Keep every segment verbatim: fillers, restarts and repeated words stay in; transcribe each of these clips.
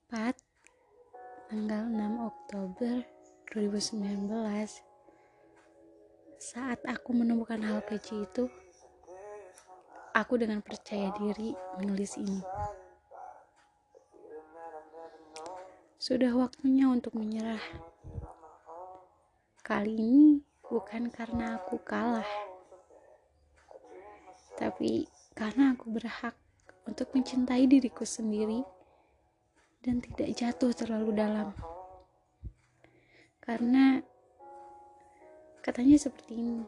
tepat tanggal enam Oktober dua ribu sembilan belas, saat aku menemukan hal kecil itu, aku dengan percaya diri menulis ini. Sudah waktunya untuk menyerah. Kali ini bukan karena aku kalah, tapi karena aku berhak untuk mencintai diriku sendiri dan tidak jatuh terlalu dalam. Karena katanya seperti ini,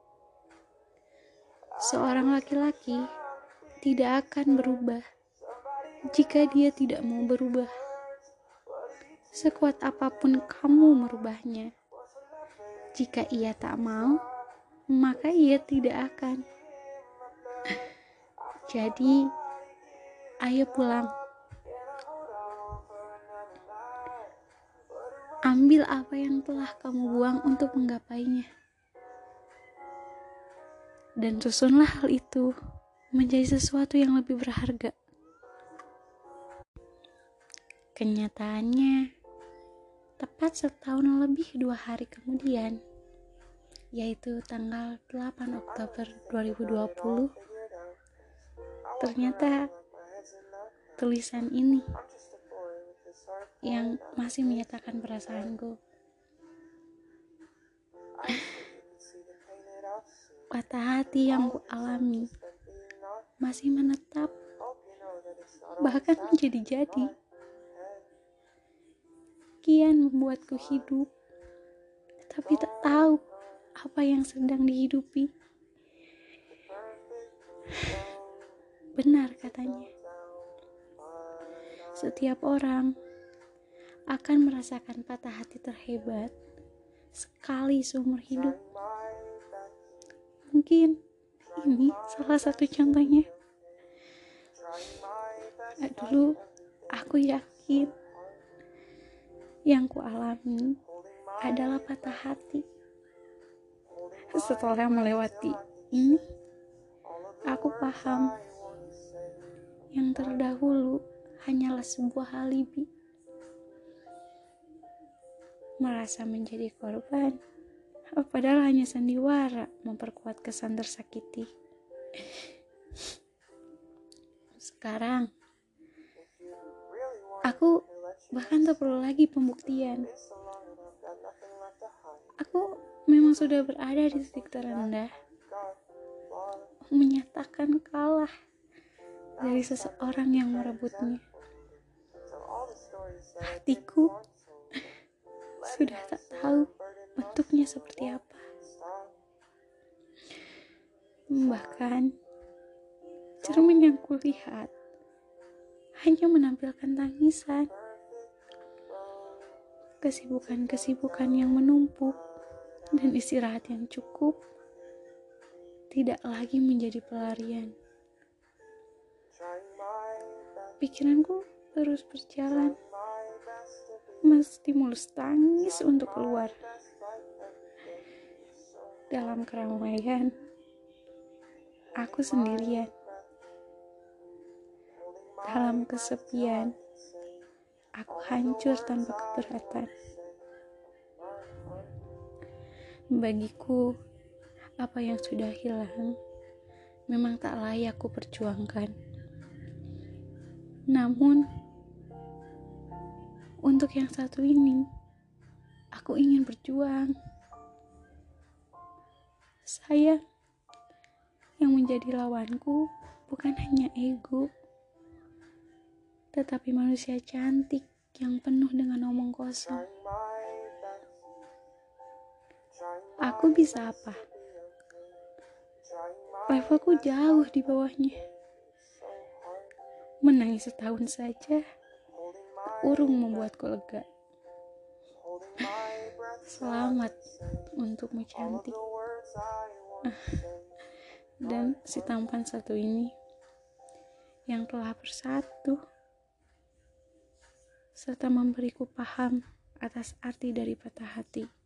seorang laki-laki tidak akan berubah jika dia tidak mau berubah. Sekuat apapun kamu merubahnya, jika ia tak mau, maka ia tidak akan. Jadi, ayo pulang. Ambil apa yang telah kamu buang untuk menggapainya. Dan susunlah hal itu menjadi sesuatu yang lebih berharga. Kenyataannya, tepat setahun lebih dua hari kemudian, yaitu tanggal delapan Oktober dua ribu dua puluh, ternyata tulisan ini yang masih menyatakan perasaanku. Patah hati yang ku alami masih menetap, bahkan menjadi-jadi. Kian membuatku hidup, tapi tak tahu apa yang sedang dihidupi. Benar katanya, setiap orang akan merasakan patah hati terhebat sekali seumur hidup. Mungkin ini salah satu contohnya. Dulu aku yakin yang ku alami adalah patah hati. Setelah melewati ini, aku paham yang terdahulu hanyalah sebuah alibi. Merasa menjadi korban, padahal hanya sandiwara memperkuat kesan tersakiti. Sekarang, aku bahkan tak perlu lagi pembuktian. Aku memang sudah berada di titik terendah, menyatakan kalah dari seseorang yang merebutnya. Hatiku sudah tak tahu bentuknya seperti apa. Bahkan cermin yang kulihat hanya menampilkan tangisan. Kesibukan-kesibukan yang menumpuk dan istirahat yang cukup tidak lagi menjadi pelarian. Pikiranku terus berjalan, menstimulus tangis untuk keluar. Dalam keramaian, aku sendirian. Dalam kesepian, aku hancur tanpa keberatan. Bagiku, apa yang sudah hilang memang tak layak ku perjuangkan. Namun, untuk yang satu ini, aku ingin berjuang. Sayang, yang menjadi lawanku bukan hanya ego, tetapi manusia cantik yang penuh dengan omong kosong. Aku bisa apa? Levelku jauh di bawahnya. Menangis setahun saja, urung membuatku lega. Selamat untukmu cantik. Dan si tampan satu ini yang telah bersatu serta memberiku paham atas arti dari patah hati.